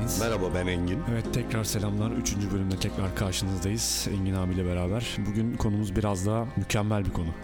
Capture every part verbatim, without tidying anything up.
Deniz. Merhaba, ben Engin. Evet, tekrar selamlar. Üçüncü bölümde tekrar karşınızdayız Engin abiyle beraber. Bugün konumuz biraz daha mükemmel bir konu.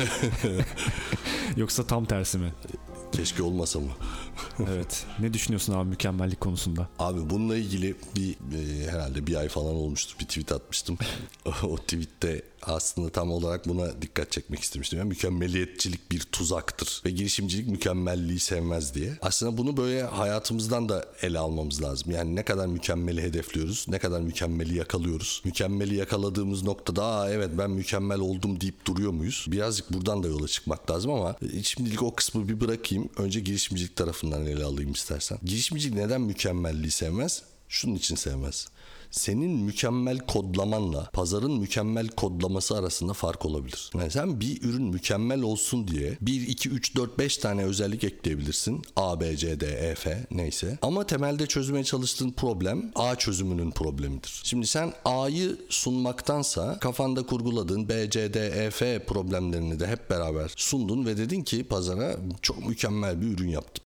Yoksa tam tersi mi? Keşke olmasa mı? Evet. Ne düşünüyorsun abi mükemmellik konusunda? Abi bununla ilgili bir e, herhalde bir ay falan olmuştur, bir tweet atmıştım. O tweette aslında tam olarak buna dikkat çekmek istemiştim. Yani mükemmeliyetçilik bir tuzaktır ve girişimcilik mükemmelliği sevmez diye. Aslında bunu böyle hayatımızdan da ele almamız lazım. Yani ne kadar mükemmeli hedefliyoruz, ne kadar mükemmeli yakalıyoruz. Mükemmeli yakaladığımız noktada Aa, evet ben mükemmel oldum deyip duruyor muyuz? Birazcık buradan da yola çıkmak lazım ama şimdilik o kısmı bir bırakayım. Önce girişimcilik tarafından ele alayım istersen. Girişimcilik neden mükemmelliği sevmez? Şunun için sevmez. Senin mükemmel kodlamanla pazarın mükemmel kodlaması arasında fark olabilir. Yani sen bir ürün mükemmel olsun diye bir, iki, üç, dört, beş tane özellik ekleyebilirsin. A, B, C, D, E, F neyse. Ama temelde çözmeye çalıştığın problem A çözümünün problemidir. Şimdi sen A'yı sunmaktansa kafanda kurguladığın B, C, D, E, F problemlerini de hep beraber sundun ve dedin ki pazara çok mükemmel bir ürün yaptım.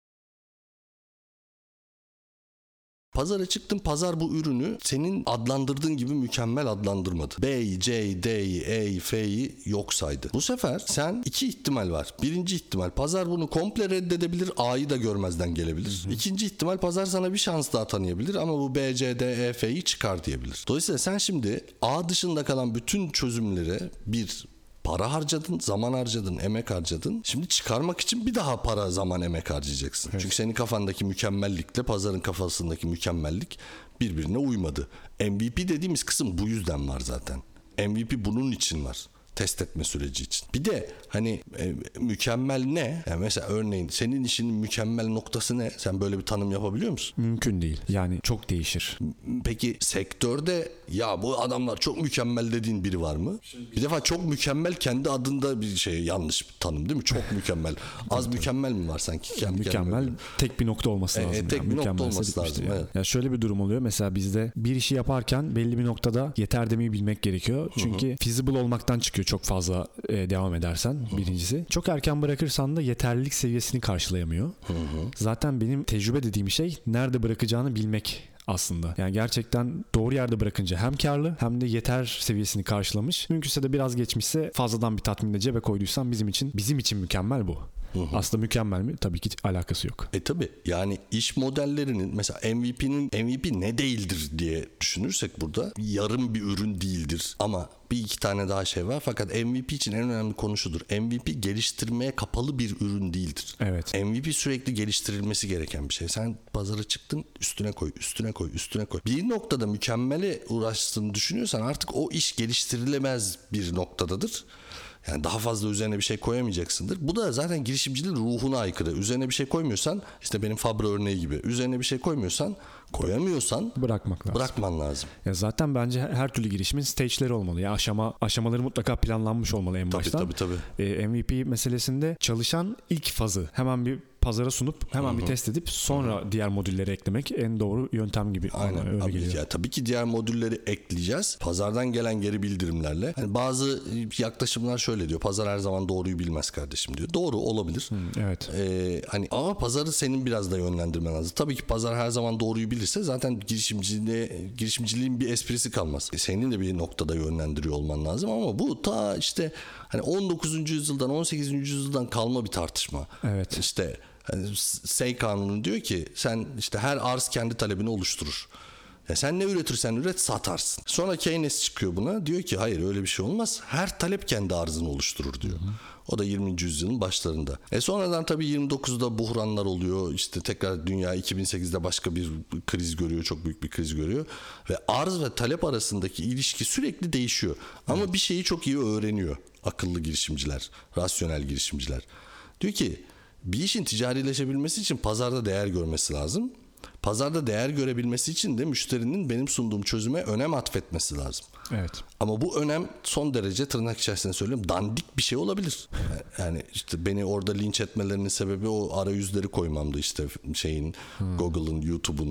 Pazara çıktın, pazar bu ürünü senin adlandırdığın gibi mükemmel adlandırmadı. B'yi, C'yi, D'yi, E'yi, F'yi yok saydı. Bu sefer sen iki ihtimal var. Birinci ihtimal pazar bunu komple reddedebilir, A'yı da görmezden gelebilir. Hı hı. İkinci ihtimal pazar sana bir şans daha tanıyabilir ama bu B, C, D, E, F'yi çıkar diyebilir. Dolayısıyla sen şimdi A dışında kalan bütün çözümlere bir para harcadın, zaman harcadın, emek harcadın. Şimdi çıkarmak için bir daha para, zaman, emek harcayacaksın. Evet. Çünkü senin kafandaki mükemmellikle pazarın kafasındaki mükemmellik birbirine uymadı. M V P dediğimiz kısım bu yüzden var zaten. M V P bunun için var. Test etme süreci için. Bir de hani e, mükemmel ne? Yani mesela örneğin senin işinin mükemmel noktası ne? Sen böyle bir tanım yapabiliyor musun? Mümkün değil. Yani çok değişir. Peki sektörde ya bu adamlar çok mükemmel dediğin biri var mı? Bir defa çok mükemmel kendi adında bir şey, yanlış bir tanım değil mi? Çok mükemmel. Az mükemmel mi var sanki? Kendi mükemmel tek bir nokta olması lazım. E, tek yani. bir nokta olması lazım. Yani. Evet. Ya şöyle bir durum oluyor. Mesela bizde bir işi yaparken belli bir noktada yeter demeyi bilmek gerekiyor. Çünkü Hı-hı. feasible olmaktan çıkıyor çok fazla e, devam edersen. Hı-hı. Birincisi. Çok erken bırakırsan da yeterlilik seviyesini karşılayamıyor. Hı-hı. Zaten benim tecrübe dediğim şey nerede bırakacağını bilmek aslında. Yani gerçekten doğru yerde bırakınca hem karlı hem de yeter seviyesini karşılamış. Mümkünse de biraz geçmişse fazladan bir tatminle cebe koyduysan bizim için bizim için mükemmel bu. Hı hı. Aslında mükemmel mi? Tabii ki alakası yok. E tabii yani iş modellerinin mesela M V P'nin M V P ne değildir diye düşünürsek burada yarım bir ürün değildir ama bir iki tane daha şey var fakat M V P için en önemli konu şudur. M V P geliştirmeye kapalı bir ürün değildir. Evet. M V P sürekli geliştirilmesi gereken bir şey. Sen pazara çıktın, üstüne koy, üstüne koy, üstüne koy. Bir noktada mükemmele uğraştığını düşünüyorsan artık o iş geliştirilemez bir noktadadır. Yani daha fazla üzerine bir şey koyamayacaksındır. Bu da zaten girişimciliğin ruhuna aykırı. Üzerine bir şey koymuyorsan, işte benim Fabra örneği gibi. Üzerine bir şey koymuyorsan, koyamıyorsan bırakmak lazım. Bırakman lazım. Ya zaten bence her türlü girişimin stage'leri olmalı. Ya aşama aşamaları mutlaka planlanmış olmalı en tabii, baştan. Tabii tabii tabii. Ee, M V P meselesinde çalışan ilk fazı hemen bir pazara sunup hemen Hı-hı. bir test edip sonra Hı-hı. diğer modülleri eklemek en doğru yöntem gibi. Aynen. Öyle Tabii geliyor. ki, ya, tabii ki diğer modülleri ekleyeceğiz. Pazardan gelen geri bildirimlerle. Hani bazı yaklaşımlar şöyle diyor. Pazar her zaman doğruyu bilmez kardeşim diyor. Doğru olabilir. Hı, evet. Ee, hani ama pazarı senin biraz da yönlendirmen lazım. Tabii ki pazar her zaman doğruyu bilirse zaten girişimciliğe, girişimciliğin bir esprisi kalmaz. E, senin de bir noktada yönlendiriyor olman lazım ama bu ta işte hani on dokuzuncu yüzyıldan on sekizinci yüzyıldan kalma bir tartışma. Evet. İşte yani Say kanunu diyor ki sen işte her arz kendi talebini oluşturur. Ya sen ne üretirsen üret satarsın. Sonra Keynes çıkıyor buna diyor ki hayır öyle bir şey olmaz. Her talep kendi arzını oluşturur diyor. Hı hı. O da yirminci yüzyılın başlarında. E sonradan tabii yirmi dokuzda buhranlar oluyor. İşte tekrar dünya iki bin sekizde başka bir kriz görüyor. Çok büyük bir kriz görüyor. Ve arz ve talep arasındaki ilişki sürekli değişiyor. Ama evet. bir şeyi çok iyi öğreniyor akıllı girişimciler, rasyonel girişimciler. Diyor ki bir işin ticarileşebilmesi için pazarda değer görmesi lazım. Pazarda değer görebilmesi için de müşterinin benim sunduğum çözüme önem atfetmesi lazım. Evet. Ama bu önem son derece tırnak içerisinde söylüyorum dandik bir şey olabilir. Yani işte beni orada linç etmelerinin sebebi o arayüzleri koymamdı işte şeyin, hmm. Google'ın, YouTube'un,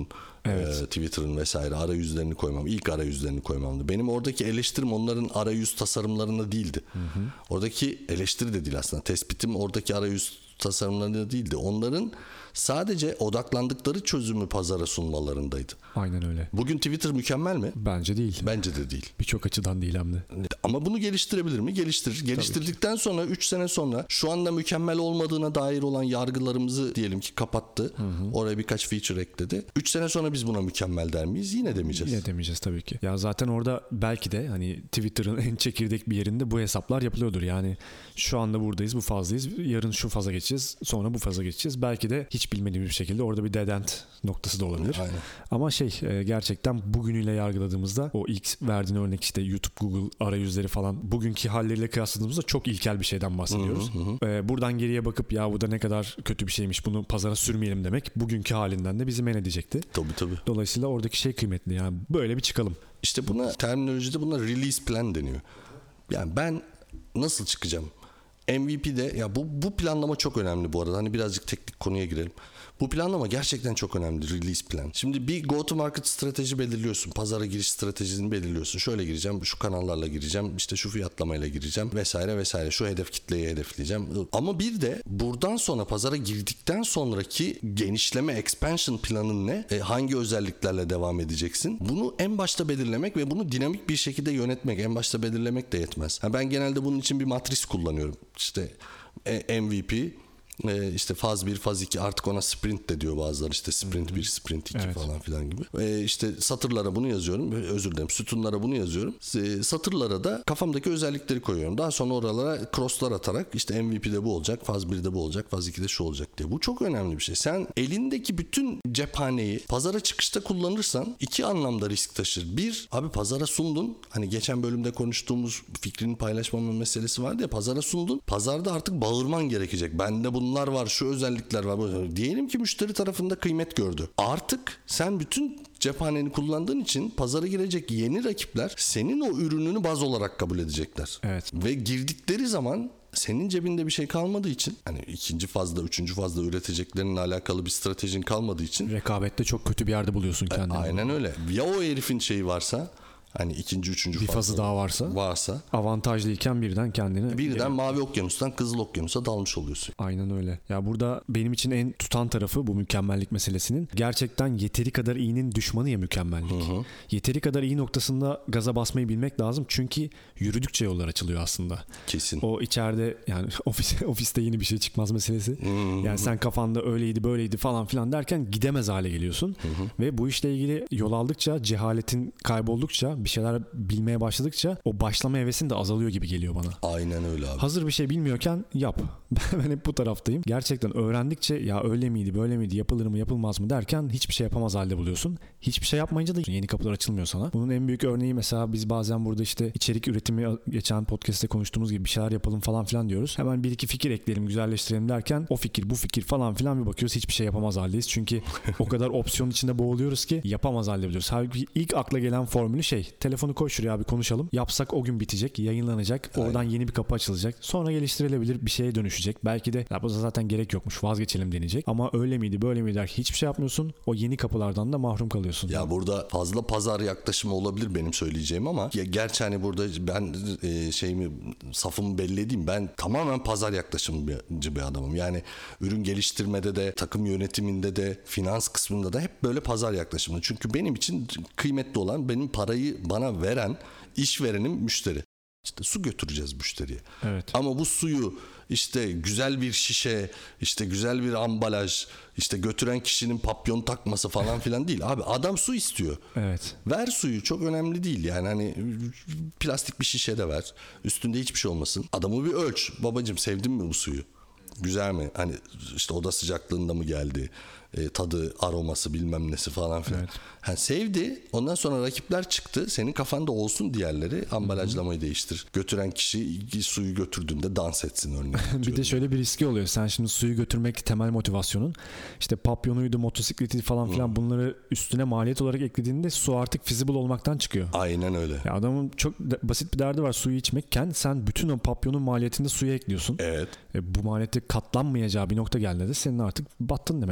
Evet. Ee, Twitter'ın vesaire arayüzlerini koymam. İlk arayüzlerini koymamdı. Benim oradaki eleştirim onların arayüz tasarımlarına değildi. Hı hı. Oradaki eleştiri de değil aslında. Tespitim oradaki arayüz tasarımlarına değildi. Onların sadece odaklandıkları çözümü pazara sunmalarındaydı. Aynen öyle. Bugün Twitter mükemmel mi? Bence değil. Bence de değil. Birçok açıdan değil hem de. Ama bunu geliştirebilir mi? Geliştirir. Geliştirdikten sonra üç sene sonra şu anda mükemmel olmadığına dair olan yargılarımızı diyelim ki kapattı. Hı hı. Oraya birkaç feature ekledi. üç sene sonra biz buna mükemmel der miyiz? Yine demeyeceğiz. Yine demeyeceğiz tabii ki. Ya zaten orada belki de hani Twitter'ın en çekirdek bir yerinde bu hesaplar yapılıyordur. Yani şu anda buradayız, bu fazdayız. Yarın şu faza geçeceğiz. Sonra bu faza geçeceğiz. Belki de hiç bilmediğimiz bir şekilde orada bir dead end noktası da olabilir. Aynen. Ama şey gerçekten bugünüyle yargıladığımızda o ilk verdiğin örnek işte YouTube, Google arayüzleri falan bugünkü halleriyle kıyasladığımızda çok ilkel bir şeyden bahsediyoruz. Hı hı hı. Buradan geriye bakıp ya bu da ne kadar kötü bir şeymiş, bunu pazara sürmeyelim demek bugünkü halinden de bizi men edecekti. Tabii tabii. Dolayısıyla oradaki şey kıymetli, yani böyle bir çıkalım. İşte buna terminolojide buna release plan deniyor. Yani ben nasıl çıkacağım? M V P'de ya bu bu planlama çok önemli bu arada. Hani birazcık teknik konuya girelim. Bu planlama gerçekten çok önemli, release plan. Şimdi bir go to market strateji belirliyorsun. Pazara giriş stratejisini belirliyorsun. Şöyle gireceğim, şu kanallarla gireceğim, işte şu fiyatlamayla gireceğim vesaire vesaire. Şu hedef kitleyi hedefleyeceğim. Ama bir de buradan sonra pazara girdikten sonraki genişleme, expansion planın ne? E, hangi özelliklerle devam edeceksin? Bunu en başta belirlemek ve bunu dinamik bir şekilde yönetmek. En başta belirlemek de yetmez. Yani ben genelde bunun için bir matris kullanıyorum. İşte e, M V P, Ee, işte faz bir, faz iki, artık ona sprint de diyor bazıları, işte sprint bir, sprint iki evet. falan filan gibi. Ee, işte satırlara bunu yazıyorum, özür dilerim, sütunlara bunu yazıyorum. Ee, satırlara da kafamdaki özellikleri koyuyorum. Daha sonra oralara crosslar atarak işte M V P'de bu olacak, faz birde bu olacak, faz ikide şu olacak diye. Bu çok önemli bir şey. Sen elindeki bütün cephaneyi pazara çıkışta kullanırsan iki anlamda risk taşır. Bir, abi pazara sundun. Hani geçen bölümde konuştuğumuz fikrini paylaşmama meselesi vardı ya, pazara sundun. Pazarda artık bağırman gerekecek. Bende bu bunlar var, şu özellikler var. Diyelim ki müşteri tarafında kıymet gördü. Artık sen bütün cephaneni kullandığın için pazara girecek yeni rakipler senin o ürününü baz olarak kabul edecekler. Evet. Ve girdikleri zaman senin cebinde bir şey kalmadığı için, hani ikinci fazda, üçüncü fazda üreteceklerinle alakalı bir stratejin kalmadığı için rekabette çok kötü bir yerde buluyorsun kendini. Aynen öyle. Ya o herifin şeyi varsa, hani ikinci, üçüncü bir fazı daha varsa, varsa avantajlıyken birden kendini birden yani, mavi okyanustan kızıl okyanusa dalmış oluyorsun. Aynen öyle. Ya burada benim için en tutan tarafı bu mükemmellik meselesinin, gerçekten yeteri kadar iyinin düşmanı ya mükemmellik. Hı hı. Yeteri kadar iyi noktasında gaza basmayı bilmek lazım çünkü yürüdükçe yollar açılıyor aslında. Kesin. O içeride yani ofis, ofiste yeni bir şey çıkmaz meselesi. Hı hı. Yani sen kafanda öyleydi böyleydi falan filan derken gidemez hale geliyorsun. Hı hı. Ve bu işle ilgili yol aldıkça, cehaletin kayboldukça, bir şeyler bilmeye başladıkça o başlama hevesin de azalıyor gibi geliyor bana. Aynen öyle abi. Hazır bir şey bilmiyorken yap. Ben hep bu taraftayım. Gerçekten öğrendikçe ya öyle miydi böyle miydi, yapılır mı yapılmaz mı derken hiçbir şey yapamaz halde buluyorsun. Hiçbir şey yapmayınca da yeni kapılar açılmıyor sana. Bunun en büyük örneği mesela biz bazen burada işte içerik üretimi, geçen podcast'te konuştuğumuz gibi bir şeyler yapalım falan filan diyoruz. Hemen bir iki fikir ekleyelim, güzelleştirelim derken o fikir bu fikir falan filan bir bakıyoruz hiçbir şey yapamaz haldeyiz. Çünkü o kadar opsiyon içinde boğuluyoruz ki yapamaz halde buluyoruz. Halbuki ilk akla gelen formülü şey, telefonu koy şuraya abi konuşalım. Yapsak o gün bitecek, yayınlanacak. Oradan Aynen. yeni bir kapı açılacak. Sonra geliştirilebilir bir şeye dönüşecek. Belki de ya bu zaten gerek yokmuş, vazgeçelim denecek. Ama öyle miydi böyle miydi der, hiçbir şey yapmıyorsun. O yeni kapılardan da mahrum kalıyorsun. Ya burada fazla pazar yaklaşımı olabilir benim söyleyeceğim ama ya gerçi hani burada ben e, şeyimi safımı belli edeyim. Ben tamamen pazar yaklaşımcı bir adamım. Yani ürün geliştirmede de, takım yönetiminde de, finans kısmında da hep böyle pazar yaklaşımı. Çünkü benim için kıymetli olan, benim parayı bana veren işverenim müşteri. İşte su götüreceğiz müşteriye. Evet. Ama bu suyu işte güzel bir şişe, işte güzel bir ambalaj, işte götüren kişinin papyon takması falan filan değil. Abi adam su istiyor. Evet. Ver suyu, çok önemli değil. Yani hani plastik bir şişe de ver. Üstünde hiçbir şey olmasın. Adamı bir ölç. Babacığım sevdin mi bu suyu? Güzel mi? Hani işte oda sıcaklığında mı geldi? E, tadı, aroması bilmem nesi falan filan. Evet. Ha, sevdi. Ondan sonra rakipler çıktı. Senin kafanda olsun diğerleri. Ambalajlamayı Hı-hı. değiştir. Götüren kişi suyu götürdüğünde dans etsin örneğin. Bir de şöyle bir riski oluyor. Sen şimdi suyu götürmek temel motivasyonun. İşte papyonuydu, motosikleti falan filan Hı. bunları üstüne maliyet olarak eklediğinde su artık feasible olmaktan çıkıyor. Aynen öyle. Ya adamın çok basit bir derdi var suyu içmekken, sen bütün o papyonun maliyetinde suya ekliyorsun. Evet. E, bu maliyeti katlanmayacağı bir nokta geldiğinde de senin artık battın demek oluyor. E tabii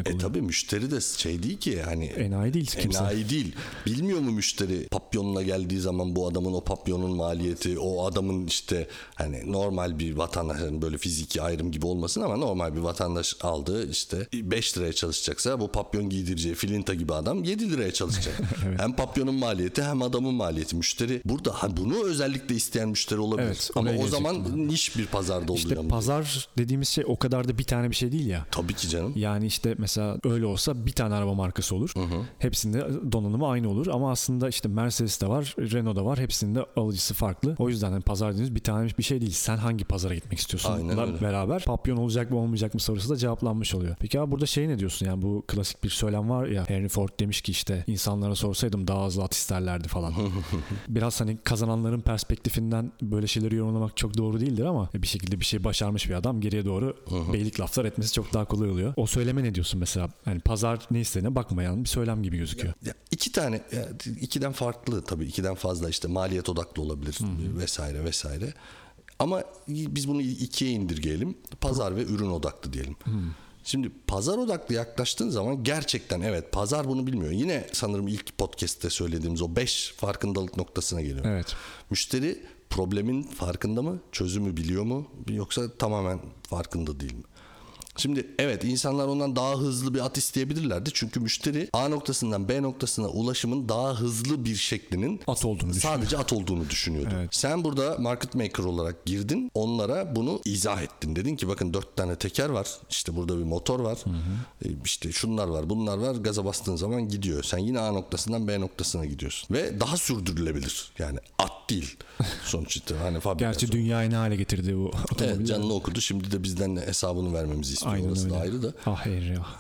müşteri de şey değil ki hani enayi değil kimse. Enayi değil. Bilmiyor mu müşteri papyonla geldiği zaman bu adamın o papyonun maliyeti, o adamın işte hani normal bir vatandaşın böyle fiziki ayrım gibi olmasın ama normal bir vatandaş aldığı işte beş liraya çalışacaksa bu papyon giydireceği filinta gibi adam yedi liraya çalışacak. Evet. Hem papyonun maliyeti hem adamın maliyeti. Müşteri burada ha, bunu özellikle isteyen müşteri olabilir. Evet, ama o zaman ben. niş bir pazarda oluyor. İşte pazar dediğimiz şey o kadar da bir tane bir şey değil ya. Tabii ki canım. Yani işte mesela öyle olsa bir tane araba markası olur. Hı hı. Hepsinde donanımı aynı olur ama aslında işte Mercedes de var, Renault da var. Hepsinde alıcısı farklı. O yüzden hani pazar dediğimiz bir tane bir şey değil. Sen hangi pazara gitmek istiyorsun? Aynen beraber papyon olacak mı olmayacak mı sorusu da cevaplanmış oluyor. Peki abi burada şey ne diyorsun? Yani bu klasik bir söylem var ya, Henry Ford demiş ki işte insanlara sorsaydım daha az at isterlerdi falan. Biraz hani kazananların perspektifinden böyle şeyleri yorumlamak çok doğru değildir ama bir şekilde bir şey başarmış bir adam geriye doğru beylik laflar etmesi çok daha kolay oluyor. O söyleme ne diyorsun mesela? Yani pazar ne istediğine bakmayan bir söylem gibi gözüküyor. Ya, ya iki tane, ya, ikiden farklı tabii, ikiden fazla işte maliyet odaklı olabilir Hı-hı. vesaire vesaire. Ama biz bunu ikiye indirgeyelim. Pazar ve ürün odaklı diyelim. Hı. Şimdi pazar odaklı yaklaştığın zaman gerçekten evet pazar bunu bilmiyor. Yine sanırım ilk podcast'te söylediğimiz o beş farkındalık noktasına geliyor. Evet. Müşteri problemin farkında mı? Çözümü biliyor mu? Yoksa tamamen farkında değil mi? Şimdi evet insanlar ondan daha hızlı bir at isteyebilirlerdi. Çünkü müşteri A noktasından B noktasına ulaşımın daha hızlı bir şeklinin at olduğunu sadece at olduğunu düşünüyordu. Evet. Sen burada market maker olarak girdin. Onlara bunu izah ettin. Dedin ki bakın dört tane teker var. İşte burada bir motor var. Hı hı. İşte şunlar var bunlar var. Gaza bastığın zaman gidiyor. Sen yine A noktasından B noktasına gidiyorsun. Ve daha sürdürülebilir. Yani at değil. Sonuç itibariyle. Hani gerçi dünyayı ne hale getirdi bu otomobil. Evet, canını okudu. Şimdi de bizden hesabını vermemizi istiyor. Aynen orası öyle. Da ayrı da. Ah hayır ya.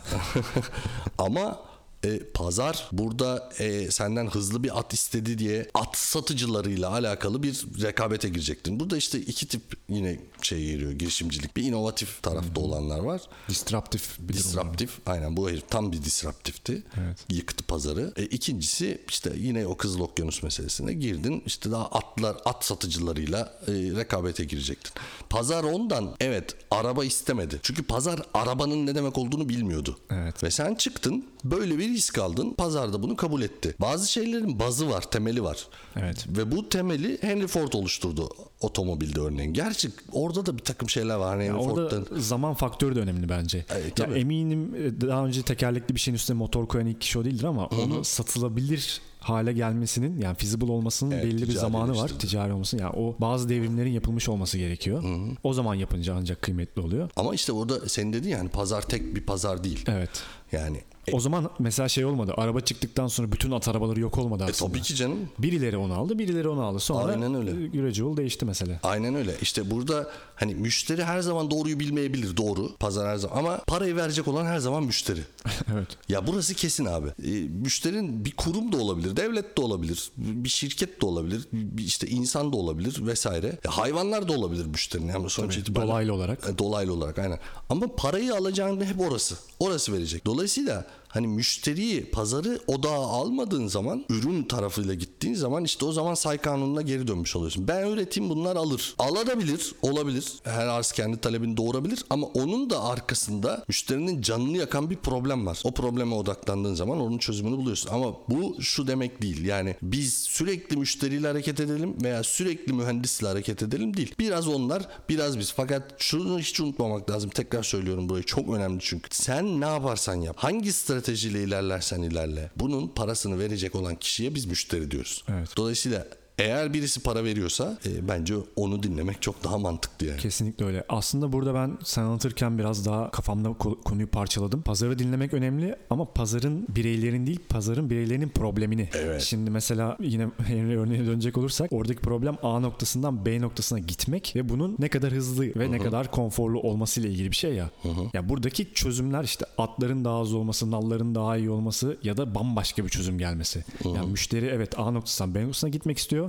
Ama e, pazar burada e, senden hızlı bir at istedi diye at satıcılarıyla alakalı bir rekabete girecektin. Burada işte iki tip yine şey giriyor, girişimcilik. Bir inovatif tarafta hmm. olanlar var. Disruptif. Bir Disruptif. Aynen, bu herif tam bir disruptifti. Evet. Yıktı pazarı. E, ikincisi işte yine o Kızıl Okyanus meselesine girdin. İşte daha atlar, at satıcılarıyla e, rekabete girecektin. Pazar ondan evet araba istemedi. Çünkü pazar arabanın ne demek olduğunu bilmiyordu. Evet. Ve sen çıktın böyle bir risk aldın. Pazarda bunu kabul etti. Bazı şeylerin bazı var, temeli var. Evet. Ve bu temeli Henry Ford oluşturdu otomobilde örneğin. Gerçi orada da bir takım şeyler var. Henry orada Ford'dan... zaman faktörü de önemli bence. Evet, ya eminim daha önce tekerlekli bir şeyin üstüne motor koyan ilk kişi o değildir ama Hı-hı. onu satılabilir hale gelmesinin, yani feasible olmasının evet, belli bir zamanı var. Ticari olmasının. Yani o bazı devrimlerin yapılmış olması gerekiyor. Hı-hı. O zaman yapınca ancak kıymetli oluyor. Ama işte orada sen dedin yani pazar tek bir pazar değil. Evet. Yani o zaman mesela şey olmadı. Araba çıktıktan sonra bütün at arabaları yok olmadı aslında. E tabii ki canım. Birileri onu aldı, birileri onu aldı. Sonra aynen öyle. Gradual değişti mesele. Aynen öyle. İşte burada hani müşteri her zaman doğruyu bilmeyebilir. Doğru. Pazar her zaman. Ama parayı verecek olan her zaman müşteri. Evet. Ya burası kesin abi. E, müşterinin bir kurum da olabilir, devlet de olabilir, bir şirket de olabilir, bir işte insan da olabilir vesaire. E, hayvanlar da olabilir müşterinin. Yani sonuç itibariyle dolaylı olarak. E, dolaylı olarak aynen. Ama parayı alacağın hep orası. Orası verecek. Dolayısıyla hani müşteriyi, pazarı odağa almadığın zaman, ürün tarafıyla gittiğin zaman işte o zaman say kanununa geri dönmüş oluyorsun. Ben üreteyim, bunlar alır. Alabilir, olabilir. Her arz kendi talebini doğurabilir ama onun da arkasında müşterinin canını yakan bir problem var. O probleme odaklandığın zaman onun çözümünü buluyorsun. Ama bu şu demek değil. Yani biz sürekli müşteriyle hareket edelim veya sürekli mühendisle hareket edelim değil. Biraz onlar, biraz biz. Fakat şunu hiç unutmamak lazım. Tekrar söylüyorum burayı. Çok önemli çünkü. Sen ne yaparsan yap. Hangi stratejiyle ilerlersen ilerle. Bunun parasını verecek olan kişiye biz müşteri diyoruz. Evet. Dolayısıyla eğer birisi para veriyorsa e, bence onu dinlemek çok daha mantıklı yani. Kesinlikle öyle. Aslında burada ben sen anlatırken biraz daha kafamda konuyu parçaladım. Pazarı dinlemek önemli ama pazarın bireylerin değil, pazarın bireylerinin problemini. Evet. Şimdi mesela yine Henry örneğine dönecek olursak oradaki problem A noktasından B noktasına gitmek ve bunun ne kadar hızlı ve Hı-hı. ne kadar konforlu olmasıyla ilgili bir şey ya. Hı-hı. Ya buradaki çözümler işte atların daha az olması, nalların daha iyi olması ya da bambaşka bir çözüm gelmesi. Hı-hı. Yani müşteri evet A noktasından B noktasına gitmek istiyor.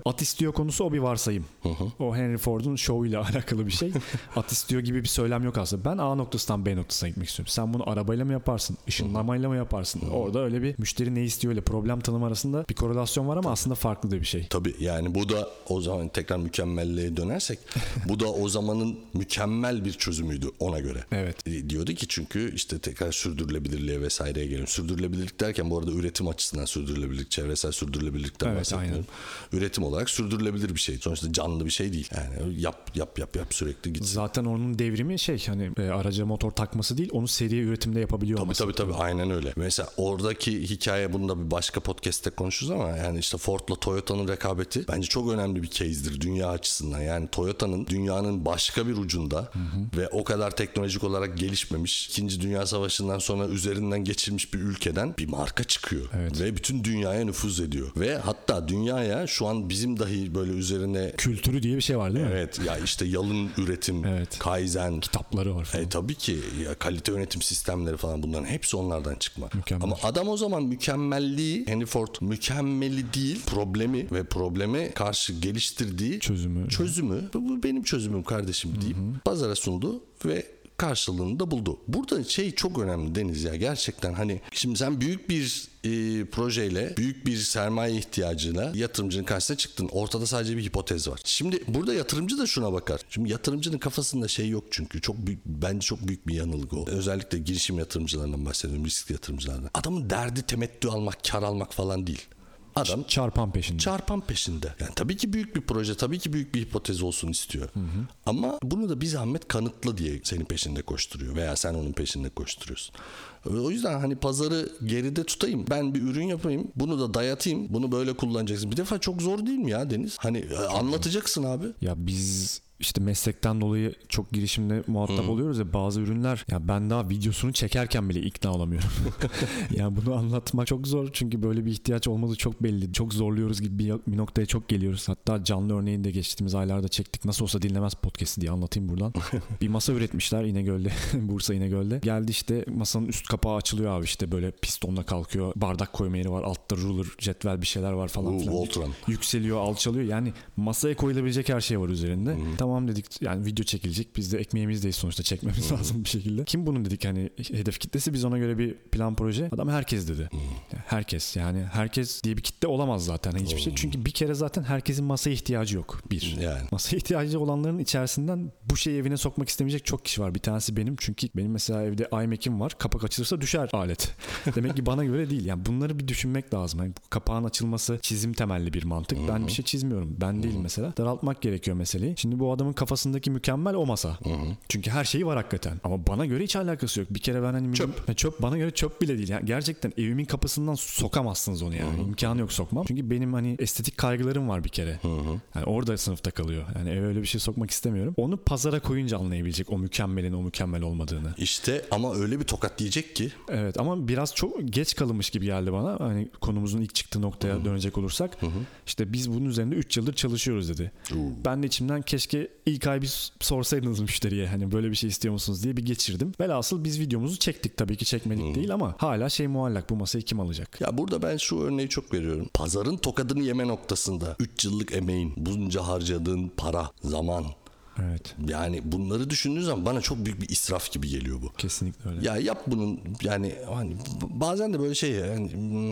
At istiyor konusu o bir varsayım. Hı hı. O Henry Ford'un şovuyla alakalı bir şey. At istiyor gibi bir söylem yok aslında. Ben A noktasından B noktasına gitmek istiyorum. Sen bunu arabayla mı yaparsın? Işınlamayla mı yaparsın? Hı hı. Orada öyle bir müşteri ne istiyor ile problem tanımı arasında bir korelasyon var ama tabii. aslında farklı da bir şey. Tabii yani bu da o zaman tekrar mükemmelliğe dönersek bu da o zamanın mükemmel bir çözümüydü ona göre. Evet. E, diyordu ki çünkü işte tekrar sürdürülebilirliğe vesaireye geliyorum. Sürdürülebilirlik derken bu arada üretim açısından sürdürülebilirlik, çevresel sürdürülebilirlikten evet, bahsetmiyorum. Aynen. Üretim olarak sürdürülebilir bir şey. Sonuçta canlı bir şey değil. Yani yap yap yap yap sürekli gitsin. Zaten onun devrimi şey hani e, araca motor takması değil, onu seri üretimde yapabiliyor tabii, olması. Tabii tabii aynen öyle. Mesela oradaki hikaye, bunu da bir başka podcast'te konuşuruz ama yani işte Ford'la Toyota'nın rekabeti bence çok önemli bir case'dir dünya açısından. Yani Toyota'nın dünyanın başka bir ucunda hı hı. ve o kadar teknolojik olarak gelişmemiş, İkinci Dünya Savaşı'ndan sonra üzerinden geçilmiş bir ülkeden bir marka çıkıyor. Evet. Ve bütün dünyaya nüfuz ediyor. Ve hatta dünyaya şu an bizim dahi böyle üzerine... Kültürü diye bir şey var değil mi? Evet. Ya işte yalın üretim, evet. Kaizen. Kitapları var falan. E, tabii ki ya, kalite yönetim sistemleri falan, bunların hepsi onlardan çıkma. Mükemmel. Ama adam o zaman mükemmelliği, Henry Ford mükemmeli değil, problemi ve probleme karşı geliştirdiği çözümü. Çözümü. Bu, bu benim çözümüm kardeşim deyip hı hı. pazara sundu ve karşılığını da buldu. Burada şey çok önemli Deniz ya, gerçekten hani şimdi sen büyük bir e, projeyle, büyük bir sermaye ihtiyacıyla yatırımcının karşısına çıktın. Ortada sadece bir hipotez var. Şimdi burada yatırımcı da şuna bakar. Şimdi yatırımcının kafasında şey yok çünkü. Çok büyük, bence çok büyük bir yanılgı o. Özellikle girişim yatırımcılarından bahsediyorum, riskli yatırımcılardan. Adamın derdi temettü almak, kar almak falan değil. Adam çarpan peşinde. Çarpan peşinde. Yani tabii ki büyük bir proje, tabii ki büyük bir hipotez olsun istiyor. Hı hı. Ama bunu da bir zahmet kanıtla diye senin peşinde koşturuyor veya sen onun peşinde koşturuyorsun. O yüzden hani pazarı geride tutayım, ben bir ürün yapayım, bunu da dayatayım, bunu böyle kullanacaksın. Bir defa çok zor değil mi ya Deniz? Hani anlatacaksın abi. Ya biz işte meslekten dolayı çok girişimle muhatap hmm. oluyoruz ya, bazı ürünler ya ben daha videosunu çekerken bile ikna olamıyorum. Yani bunu anlatmak çok zor çünkü böyle bir ihtiyaç olmadığı çok belli. Çok zorluyoruz gibi bir, bir noktaya çok geliyoruz. Hatta canlı örneğini de geçtiğimiz aylarda çektik. Nasıl olsa dinlemez podcast'i diye anlatayım buradan. Bir masa üretmişler İnegöl'de, Bursa İnegöl'de. Geldi işte masanın üst kapağı açılıyor abi, işte böyle pistonla kalkıyor. Bardak koyma yeri var. Altta ruler, cetvel bir şeyler var falan filan. Voltron. Yükseliyor, alçalıyor. Yani masaya koyulabilecek her şey var üzerinde. Hmm. Tamam dedik, yani video çekilecek. Biz de ekmeğimizdeyiz sonuçta, çekmemiz hmm. lazım bir şekilde. Kim bunun dedik hani hedef kitlesi, biz ona göre bir plan proje. Adam herkes dedi. Hmm. Herkes, yani herkes diye bir kitle olamaz zaten hiçbir hmm. şey. Çünkü bir kere zaten herkesin masaya ihtiyacı yok. Bir. Yani. Masaya ihtiyacı olanların içerisinden bu şeyi evine sokmak istemeyecek çok kişi var. Bir tanesi benim, çünkü benim mesela evde iMac'im var. Kapak açılırsa düşer alet. Demek ki bana göre değil. Yani bunları bir düşünmek lazım. Yani kapağın açılması çizim temelli bir mantık. Hmm. Ben bir şey çizmiyorum. Ben hmm. değil mesela. Daraltmak gerekiyor meseleyi. Şimdi bu adamın kafasındaki mükemmel o masa. Hı hı. Çünkü her şeyi var hakikaten. Ama bana göre hiç alakası yok. Bir kere ben hani çöp. Yani çöp bana göre çöp bile değil. Yani gerçekten evimin kapısından sokamazsınız onu yani. Hı hı. İmkanı yok sokmam. Çünkü benim hani estetik kaygılarım var bir kere. Hı hı. Yani orada sınıfta kalıyor. Yani eve öyle bir şey sokmak istemiyorum. Onu pazara koyunca anlayabilecek o mükemmelin o mükemmel olmadığını. İşte ama öyle bir tokat diyecek ki. Evet ama biraz çok geç kalınmış gibi geldi bana. Hani konumuzun ilk çıktığı noktaya hı. dönecek olursak. Hı hı. İşte biz bunun üzerinde üç yıldır çalışıyoruz dedi. Hı. Ben de içimden keşke ilk ay bir sorsaydınız müşteriye hani böyle bir şey istiyor musunuz diye bir geçirdim. Velhasıl biz videomuzu çektik, tabii ki çekmedik hmm. değil ama hala şey muallak, bu masayı kim alacak? Ya burada ben şu örneği çok veriyorum. Pazarın tokadını yeme noktasında üç yıllık emeğin, bunca harcadığın para, zaman. Evet. Yani bunları düşündüğün zaman bana çok büyük bir israf gibi geliyor bu. Kesinlikle öyle. Ya yap bunun yani hani bazen de böyle şey yani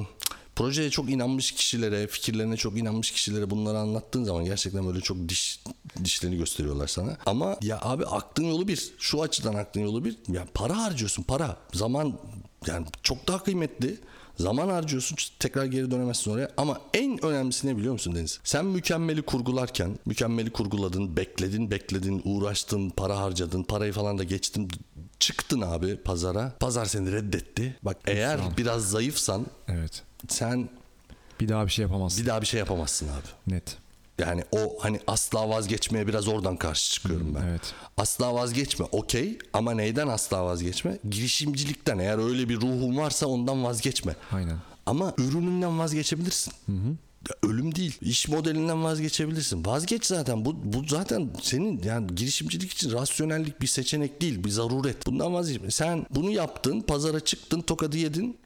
projeye çok inanmış kişilere, fikirlerine çok inanmış kişilere bunları anlattığın zaman gerçekten böyle çok diş dişlerini gösteriyorlar sana. Ama ya abi aklın yolu bir. Şu açıdan aklın yolu bir. Ya para harcıyorsun, para. Zaman yani çok daha kıymetli. Zaman harcıyorsun, tekrar geri dönemezsin oraya. Ama en önemlisi ne biliyor musun Deniz? Sen mükemmeli kurgularken, mükemmeli kurguladın, bekledin, bekledin, uğraştın, para harcadın, parayı falan da geçtin. Çıktın abi pazara. Pazar seni reddetti. Bak eğer tamam. biraz zayıfsan, evet. sen bir daha bir şey yapamazsın. Bir daha bir şey yapamazsın abi. Net. Yani o hani asla vazgeçmeye biraz oradan karşı çıkıyorum hmm, ben. Evet. Asla vazgeçme okey, ama neyden asla vazgeçme? Girişimcilikten, eğer öyle bir ruhun varsa ondan vazgeçme. Aynen. Ama ürününden vazgeçebilirsin. Hı hı. Ölüm değil. İş modelinden vazgeçebilirsin. Vazgeç zaten. Bu, bu zaten senin yani girişimcilik için rasyonellik bir seçenek değil, bir zaruret. Bundan vazgeçme. Sen bunu yaptın, pazara çıktın, tokadı yedin.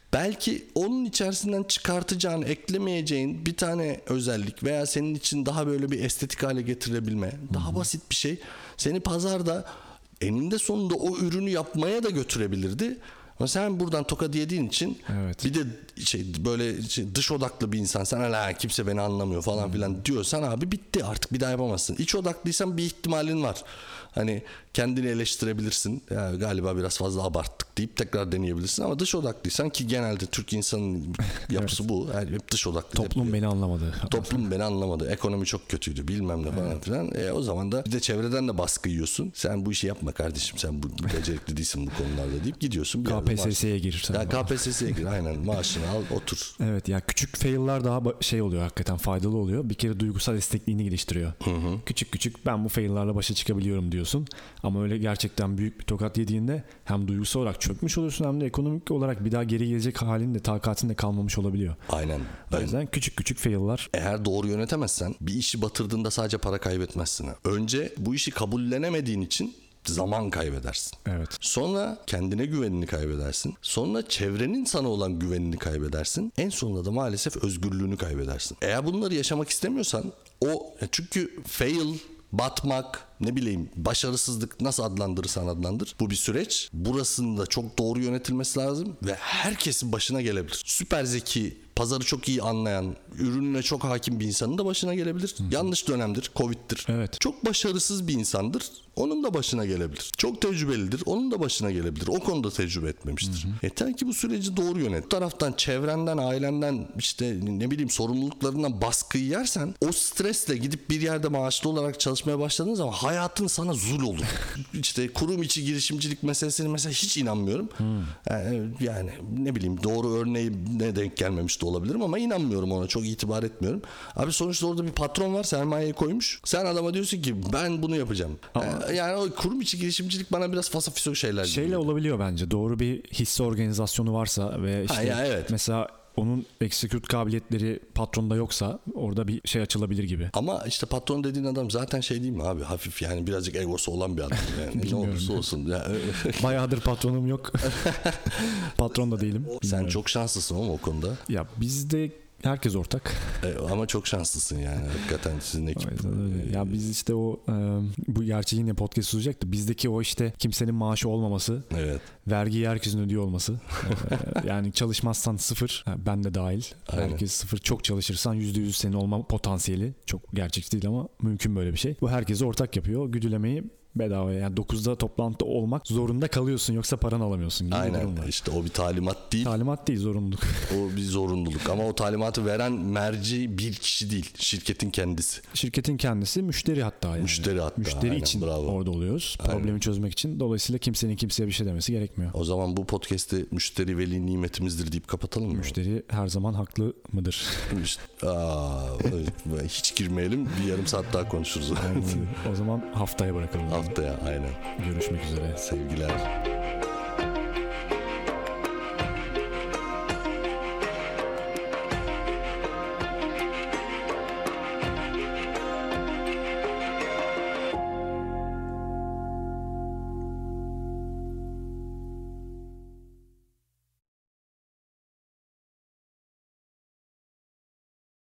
Belki onun içerisinden çıkartacağın, eklemeyeceğin bir tane özellik veya senin için daha böyle bir estetik hale getirebilme, daha basit bir şey seni pazarda eninde sonunda o ürünü yapmaya da götürebilirdi. Ama sen buradan tokat yediğin için evet. bir de şey böyle şey, dış odaklı bir insan, sen hala kimse beni anlamıyor falan hmm. filan diyorsan abi bitti, artık bir daha yapamazsın. İç odaklıysan bir ihtimalin var. Hani kendini eleştirebilirsin. Ya galiba biraz fazla abarttık deyip tekrar deneyebilirsin, ama dış odaklıysan, ki genelde Türk insanın yapısı evet. bu. Yani hep dış odaklı. Toplum hep, beni anlamadı. Toplum beni anlamadı. Ekonomi çok kötüydü. Bilmem ne falan evet. filan. E, o zaman da bir de çevreden de baskı yiyorsun. Sen bu işi yapma kardeşim. Sen bu becerikli değilsin bu konularda deyip gidiyorsun. K P S S'ye gir. Ya K P S S'ye gir. Aynen. Maaşını al, otur. Evet ya, küçük fail'lar daha şey oluyor, hakikaten faydalı oluyor. Bir kere duygusal esnekliğini geliştiriyor. Hı hı. Küçük küçük ben bu fail'larla başa çıkabiliyorum diyorsun. Ama öyle gerçekten büyük bir tokat yediğinde hem duygusal olarak çökmüş oluyorsun, hem de ekonomik olarak bir daha geri gelecek halin de, takatin de kalmamış olabiliyor. Aynen. O yüzden küçük küçük fail'lar. Eğer doğru yönetemezsen bir işi batırdığında sadece para kaybetmezsin. Önce bu işi kabullenemediğin için zaman kaybedersin. Evet. Sonra kendine güvenini kaybedersin. Sonra çevrenin sana olan güvenini kaybedersin. En sonunda da maalesef özgürlüğünü kaybedersin. Eğer bunları yaşamak istemiyorsan, o çünkü fail, batmak, ne bileyim başarısızlık, nasıl adlandırırsan adlandır, bu bir süreç. Burasında çok doğru yönetilmesi lazım ve herkesin başına gelebilir. Süper zeki, pazarı çok iyi anlayan, ürününe çok hakim bir insanın da başına gelebilir. Hı. Yanlış dönemdir, Covid'dir. Evet. Çok başarısız bir insandır, onun da başına gelebilir. Çok tecrübelidir, onun da başına gelebilir. O konuda tecrübe etmemiştir. Hı hı. Yeter ki bu süreci doğru yönet. Bu taraftan çevrenden, ailenden, işte ne bileyim sorumluluklarından baskıyı yersen, o stresle gidip bir yerde maaşlı olarak çalışmaya başladığın zaman hayatın sana zul olur. İşte kurum içi girişimcilik meselesine mesela hiç inanmıyorum. Hmm. Yani, yani ne bileyim doğru örneği ne denk gelmemiş de olabilirim ama inanmıyorum ona, çok itibar etmiyorum. Abi sonuçta orada bir patron var, sermayeyi koymuş. Sen adama diyorsun ki ben bunu yapacağım. Ama yani o kurum içi girişimcilik bana biraz fasafiso şeyler gibi. Şeyle olabiliyor bence. Doğru bir hisse organizasyonu varsa ve işte ha ya, evet. mesela onun execute kabiliyetleri patronda yoksa orada bir şey açılabilir gibi. Ama işte patron dediğin adam zaten şey değil mi abi? Hafif yani birazcık egosu olan bir adam. Yani ne olursa olsun. Ya. Bayağıdır patronum yok. Patron da değilim. Sen bilmiyorum. çok şanslısın ama o konuda. Ya bizde herkes ortak. E, ama çok şanslısın yani. Hakikaten sizin ekip. Ya biz işte o e, bu gerçi yine podcast sunacaktı. Bizdeki o işte kimsenin maaşı olmaması. Evet. Vergiyi herkesin ödüyor olması. e, yani çalışmazsan sıfır. Ben de dahil. Aynen. Herkes sıfır. Çok çalışırsan yüzde yüz senin olma potansiyeli. Çok gerçekçi değil ama mümkün böyle bir şey. Bu herkese ortak yapıyor. Güdülemeyi bedava, yani dokuzda toplantıda olmak zorunda kalıyorsun, yoksa paranı alamıyorsun gibi. Aynen, işte o bir talimat değil. Talimat değil, zorunluluk. O bir zorunluluk ama o talimatı veren merci bir kişi değil, şirketin kendisi. Şirketin kendisi, müşteri hatta yani. Müşteri hatta. Müşteri aynen, için bravo. Orada oluyoruz. Problemi aynen. çözmek için. Dolayısıyla kimsenin kimseye bir şey demesi gerekmiyor. O zaman bu podcast'i müşteri veli nimetimizdir deyip kapatalım mı? Müşteri her zaman haklı mıdır? Aa, hiç girmeyelim, bir yarım saat daha konuşuruz. O zaman haftaya bırakalım. Haftaya aynen. Görüşmek üzere. Sevgiler.